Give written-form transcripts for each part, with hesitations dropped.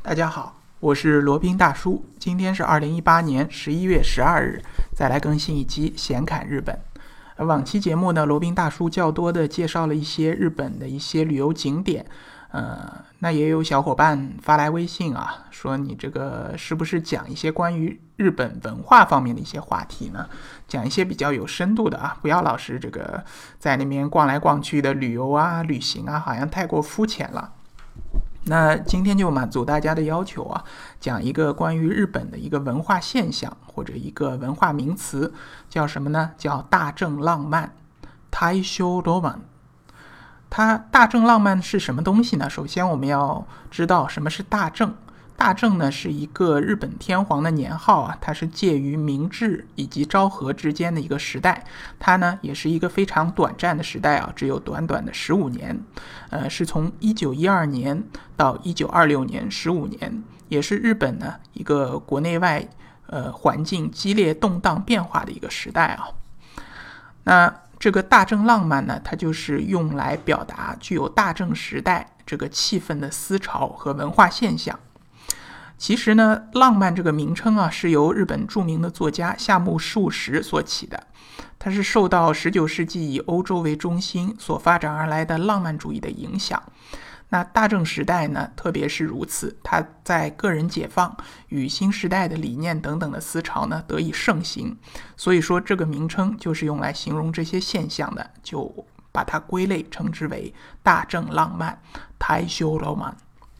大家好，我是罗宾大叔。今天是2018年11月12日，再来更新一期闲侃日本。往期节目呢，罗宾大叔较多的介绍了一些日本的一些旅游景点。那也有小伙伴发来微信啊，说你这个是不是讲一些关于日本文化方面的一些话题呢？讲一些比较有深度的啊，不要老是这个在那边逛来逛去的旅游啊、旅行啊，好像太过肤浅了。那今天就满足大家的要求啊，讲一个关于日本的一个文化现象或者一个文化名词，叫什么呢？叫大正浪漫 Taisho Roman。 它大正浪漫是什么东西呢？首先我们要知道什么是大正。大正呢是一个日本天皇的年号啊，它是介于明治以及昭和之间的一个时代。它呢也是一个非常短暂的时代啊，只有短短的15年。是从1912年到1926年15年，也是日本呢一个国内外环境激烈动荡变化的一个时代啊。那这个大正浪漫呢，它就是用来表达具有大正时代这个气氛的思潮和文化现象。其实呢，浪漫这个名称啊，是由日本著名的作家夏目漱石所起的。它是受到19世纪以欧洲为中心所发展而来的浪漫主义的影响。那大正时代呢，特别是如此，它在个人解放与新时代的理念等等的思潮呢得以盛行。所以说这个名称就是用来形容这些现象的，就把它归类称之为大正浪漫 Taisho Roman。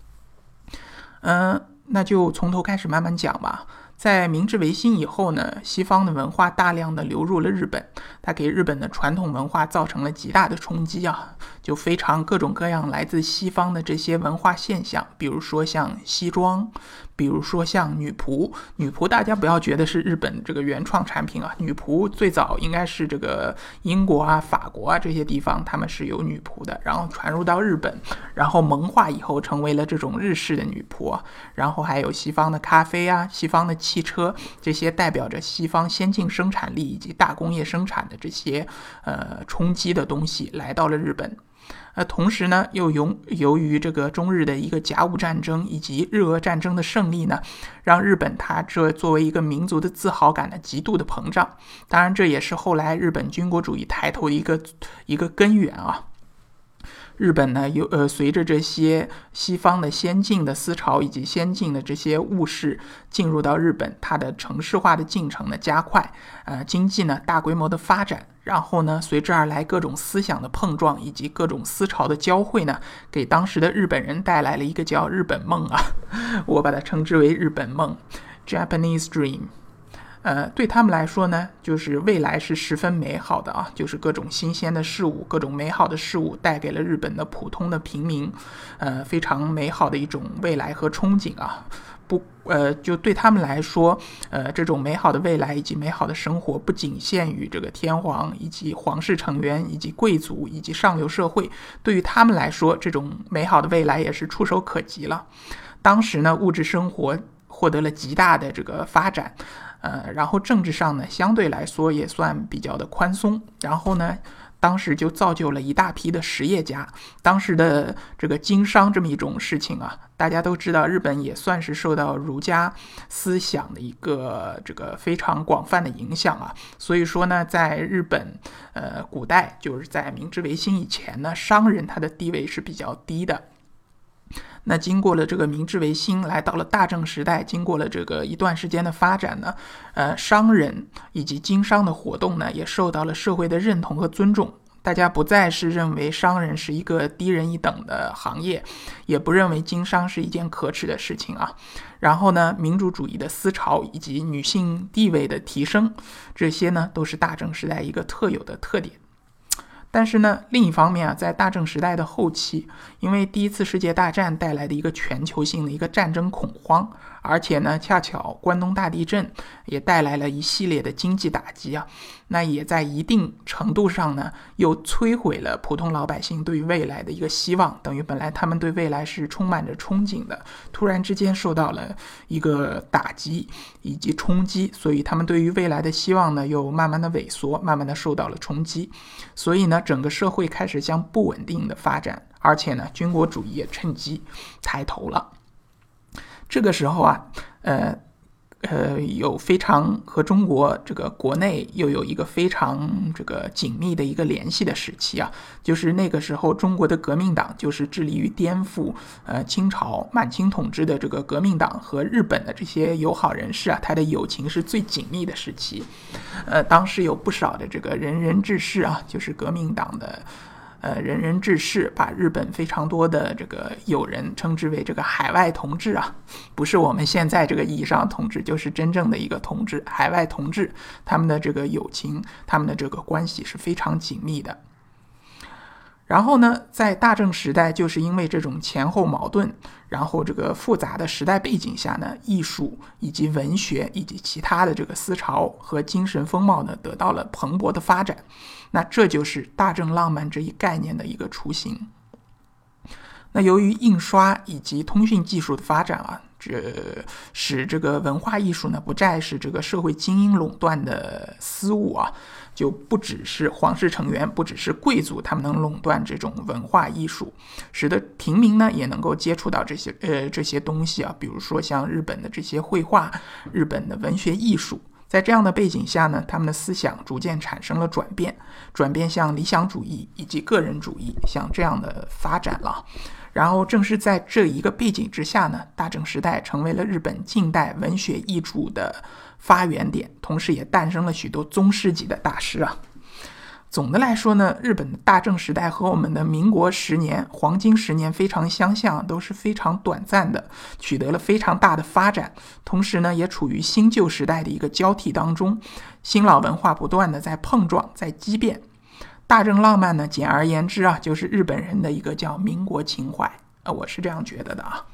那就从头开始慢慢讲吧。在明治维新以后呢，西方的文化大量的流入了日本，它给日本的传统文化造成了极大的冲击啊，就非常各种各样来自西方的这些文化现象，比如说像西装，比如说像女仆。女仆大家不要觉得是日本这个原创产品啊，女仆最早应该是这个英国啊、法国啊这些地方他们是有女仆的，然后传入到日本，然后萌化以后成为了这种日式的女仆啊。然后还有西方的咖啡啊、西方的汽车，这些代表着西方先进生产力以及大工业生产的这些冲击的东西来到了日本。同时呢，又由于这个中日的一个甲午战争以及日俄战争的胜利呢，让日本它这作为一个民族的自豪感呢极度的膨胀。当然这也是后来日本军国主义抬头的一个根源啊。日本呢，随着这些西方的先进的思潮以及先进的这些物事进入到日本，它的城市化的进程呢加快，经济呢大规模的发展，然后呢随之而来各种思想的碰撞以及各种思潮的交汇呢，给当时的日本人带来了一个叫日本梦啊，我把它称之为日本梦 Japanese Dream。对他们来说呢，就是未来是十分美好的啊，就是各种新鲜的事物、各种美好的事物带给了日本的普通的平民，非常美好的一种未来和憧憬啊。就对他们来说，这种美好的未来以及美好的生活不仅限于这个天皇以及皇室成员以及贵族以及上流社会，对于他们来说，这种美好的未来也是触手可及了。当时呢，物质生活获得了极大的这个发展，然后政治上呢相对来说也算比较的宽松，然后呢当时就造就了一大批的实业家。当时的这个经商这么一种事情啊，大家都知道日本也算是受到儒家思想的一个这个非常广泛的影响啊，所以说呢在日本古代就是在明治维新以前呢，商人他的地位是比较低的。那经过了这个明治维新，来到了大正时代，经过了这个一段时间的发展呢，商人以及经商的活动呢，也受到了社会的认同和尊重。大家不再是认为商人是一个低人一等的行业，也不认为经商是一件可耻的事情啊。然后呢，民主主义的思潮以及女性地位的提升，这些呢都是大正时代一个特有的特点。但是呢，另一方面啊，在大正时代的后期，因为第一次世界大战带来的一个全球性的一个战争恐慌，而且呢，恰巧关东大地震也带来了一系列的经济打击啊，那也在一定程度上呢，又摧毁了普通老百姓对于未来的一个希望，等于本来他们对未来是充满着憧憬的，突然之间受到了一个打击以及冲击，所以他们对于未来的希望呢，又慢慢的萎缩，慢慢的受到了冲击，所以呢，整个社会开始向不稳定的发展，而且呢，军国主义也趁机抬头了。 这个时候啊，有非常和中国这个国内又有一个非常这个紧密的一个联系的时期啊，就是那个时候中国的革命党就是致力于颠覆清朝满清统治的这个革命党和日本的这些友好人士啊，他的友情是最紧密的时期。当时有不少的这个仁人志士啊，就是革命党的仁人志士，把日本非常多的这个友人称之为这个海外同志啊，不是我们现在这个意义上的同志，就是真正的一个同志，海外同志，他们的这个友情，他们的这个关系是非常紧密的。然后呢，在大正时代，就是因为这种前后矛盾，然后这个复杂的时代背景下呢，艺术以及文学以及其他的这个思潮和精神风貌呢，得到了蓬勃的发展。那这就是大正浪漫这一概念的一个雏形。那由于印刷以及通讯技术的发展啊，使这个文化艺术呢，不再是这个社会精英垄断的私物啊，就不只是皇室成员，不只是贵族他们能垄断这种文化艺术，使得平民呢也能够接触到这些东西啊，比如说像日本的这些绘画，日本的文学艺术。在这样的背景下呢，他们的思想逐渐产生了转变向理想主义以及个人主义，像这样的发展了。然后正是在这一个背景之下呢，大正时代成为了日本近代文学艺术的发源点，同时也诞生了许多宗师级的大师啊。总的来说呢，日本的大正时代和我们的民国10年、黄金10年非常相像，都是非常短暂的，取得了非常大的发展，同时呢，也处于新旧时代的一个交替当中，新老文化不断的在碰撞、在激变。大正浪漫呢，简而言之啊，就是日本人的一个叫民国情怀，我是这样觉得的啊。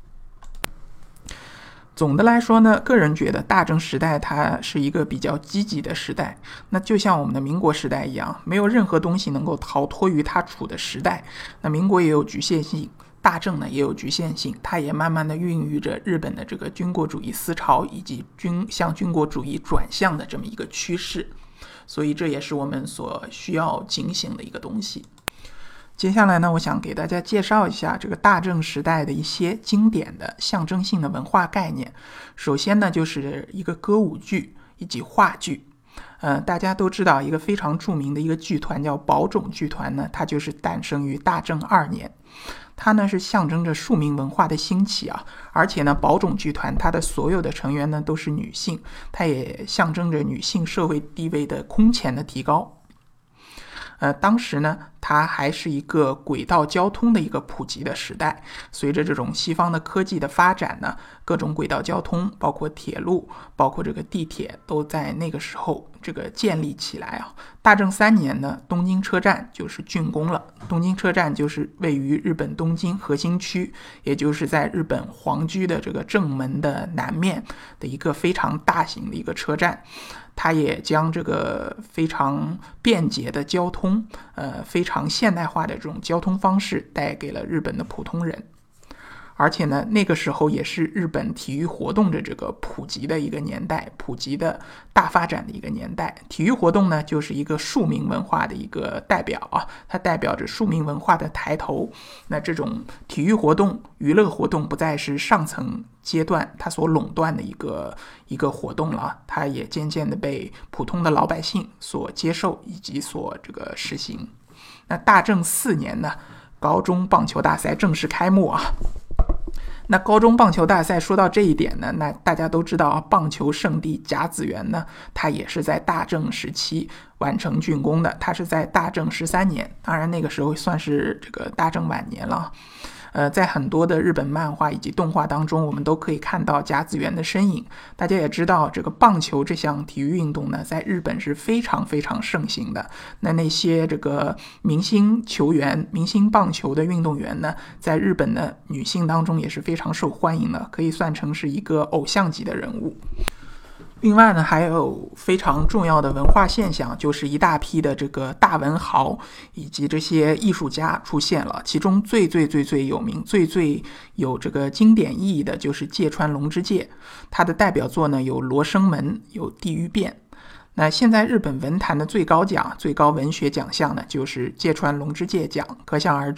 总的来说呢，个人觉得大正时代它是一个比较积极的时代，那就像我们的民国时代一样，没有任何东西能够逃脱于它处的时代。那民国也有局限性，大正呢也有局限性，它也慢慢的孕育着日本的这个军国主义思潮以及向军国主义转向的这么一个趋势，所以这也是我们所需要警醒的一个东西。接下来呢，我想给大家介绍一下这个大正时代的一些经典的象征性的文化概念。首先呢，就是一个歌舞剧以及话剧。大家都知道一个非常著名的一个剧团叫宝冢剧团呢，它就是诞生于大正2年。它呢是象征着庶民文化的兴起啊，而且呢，宝冢剧团它的所有的成员呢都是女性，它也象征着女性社会地位的空前的提高。当时呢，它还是一个轨道交通的一个普及的时代。随着这种西方的科技的发展呢，各种轨道交通，包括铁路，包括这个地铁，都在那个时候这个建立起来啊。大正3年呢，东京车站就是竣工了。东京车站就是位于日本东京核心区，也就是在日本皇居的这个正门的南面的一个非常大型的一个车站。它也将这个非常便捷的交通，非常现代化的这种交通方式带给了日本的普通人。而且呢，那个时候也是日本体育活动的这个普及的一个年代，普及的大发展的一个年代。体育活动呢，就是一个庶民文化的一个代表啊，它代表着庶民文化的抬头。那这种体育活动、娱乐活动不再是上层阶段它所垄断的一个活动了，它也渐渐的被普通的老百姓所接受以及所这个实行。那大正4年呢，高中棒球大赛正式开幕啊。那高中棒球大赛说到这一点呢，那大家都知道棒球圣地甲子园呢，它也是在大正时期完成竣工的，它是在大正13年，当然那个时候算是这个大正晚年了。在很多的日本漫画以及动画当中，我们都可以看到甲子园的身影。大家也知道，这个棒球这项体育运动呢，在日本是非常非常盛行的。那些这个明星球员、明星棒球的运动员呢，在日本的女性当中也是非常受欢迎的，可以算成是一个偶像级的人物。另外呢，还有非常重要的文化现象，就是一大批的这个大文豪以及这些艺术家出现了。其中最有名、最有这个经典意义的就是芥川龙之介，他的代表作呢有《罗生门》，有《地狱变》。那现在日本文坛的最高奖、最高文学奖项呢，就是芥川龙之介奖，可想而知，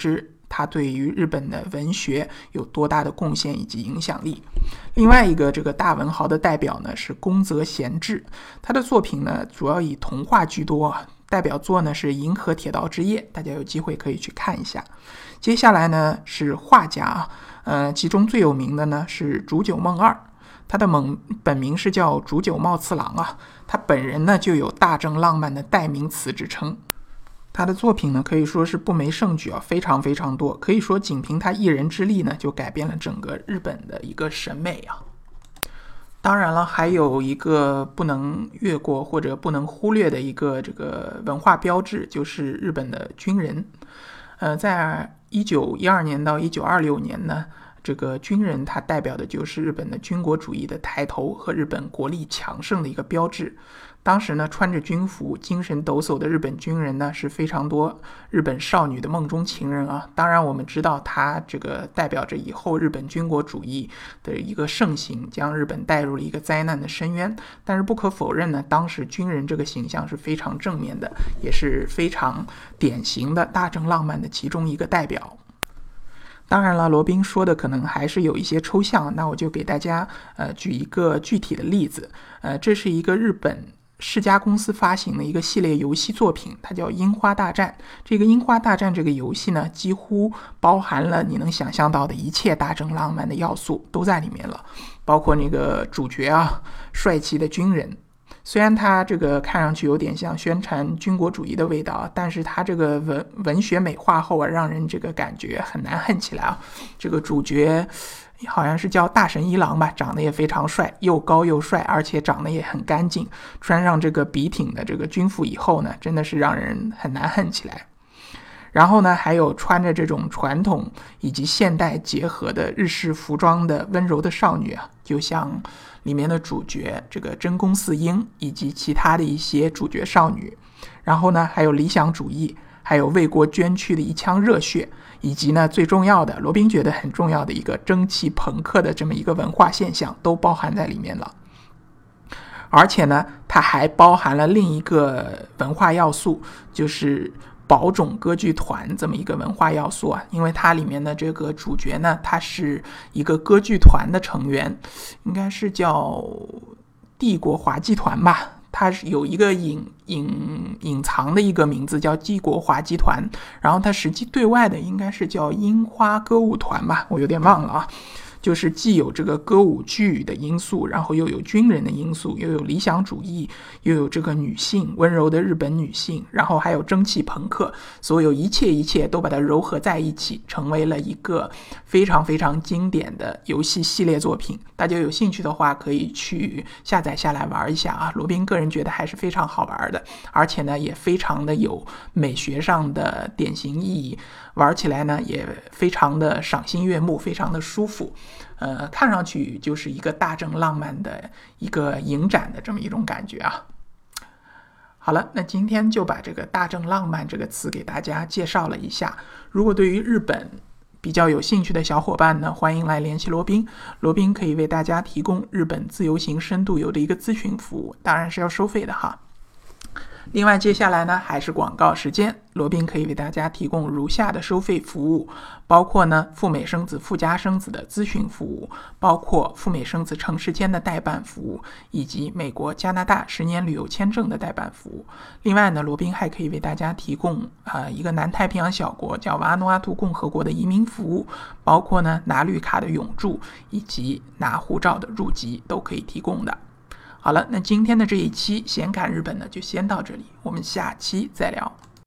他对于日本的文学有多大的贡献以及影响力。另外一个这个大文豪的代表呢是宫泽贤治，他的作品呢主要以童话居多，代表作呢是《银河铁道之夜》，大家有机会可以去看一下。接下来呢是画家，其中最有名的呢是竹久梦二，他的本名是叫竹久茂次郎啊，他本人呢就有大正浪漫的代名词之称。他的作品呢可以说是不没胜举啊，非常非常多，可以说仅凭他一人之力呢就改变了整个日本的一个审美啊。当然了，还有一个不能越过或者不能忽略的一个这个文化标志，就是日本的军人。在1912年到1926年呢，这个军人他代表的就是日本的军国主义的抬头和日本国力强盛的一个标志。当时呢，穿着军服、精神抖擞的日本军人呢，是非常多日本少女的梦中情人啊。当然，我们知道他这个代表着以后日本军国主义的一个盛行，将日本带入了一个灾难的深渊。但是不可否认呢，当时军人这个形象是非常正面的，也是非常典型的大正浪漫的其中一个代表。当然了，罗宾说的可能还是有一些抽象，那我就给大家举一个具体的例子。这是一个日本世嘉公司发行的一个系列游戏作品，它叫《樱花大战》。这个《樱花大战》这个游戏呢，几乎包含了你能想象到的一切大正浪漫的要素都在里面了，包括那个主角啊，帅气的军人。虽然他这个看上去有点像宣传军国主义的味道，但是他这个文学美化后啊，让人这个感觉很难恨起来啊。这个主角好像是叫大神一郎吧，长得也非常帅，又高又帅，而且长得也很干净。穿上这个笔挺的这个军服以后呢，真的是让人很难恨起来。然后呢，还有穿着这种传统以及现代结合的日式服装的温柔的少女啊，就像里面的主角这个真宫四英以及其他的一些主角少女。然后呢，还有理想主义，还有为国捐躯的一腔热血，以及呢最重要的，罗宾觉得很重要的一个蒸汽朋克的这么一个文化现象都包含在里面了。而且呢，它还包含了另一个文化要素，就是宝冢歌剧团这么一个文化要素啊。因为它里面的这个主角呢，他是一个歌剧团的成员，应该是叫帝国滑稽团吧，它有一个隐藏的一个名字叫帝国滑稽团，然后它实际对外的应该是叫樱花歌舞团吧，我有点忘了啊。就是既有这个歌舞剧的因素，然后又有军人的因素，又有理想主义，又有这个女性，温柔的日本女性，然后还有蒸汽朋克，所有一切都把它糅合在一起，成为了一个非常非常经典的游戏系列作品。大家有兴趣的话可以去下载下来玩一下啊，罗宾个人觉得还是非常好玩的，而且呢也非常的有美学上的典型意义，玩起来呢也非常的赏心悦目，非常的舒服。看上去就是一个大正浪漫的一个影展的这么一种感觉啊。好了，那今天就把这个大正浪漫这个词给大家介绍了一下。如果对于日本比较有兴趣的小伙伴呢，欢迎来联系罗宾，罗宾可以为大家提供日本自由行深度游的一个咨询服务，当然是要收费的哈。另外接下来呢还是广告时间，罗宾可以为大家提供如下的收费服务，包括呢赴美生子、赴加生子的咨询服务，包括赴美生子城市间的代办服务，以及美国、加拿大10年旅游签证的代办服务。另外呢，罗宾还可以为大家提供一个南太平洋小国叫瓦努阿图共和国的移民服务，包括呢拿绿卡的永住以及拿护照的入籍都可以提供的。好了，那今天的这一期闲侃日本呢就先到这里，我们下期再聊。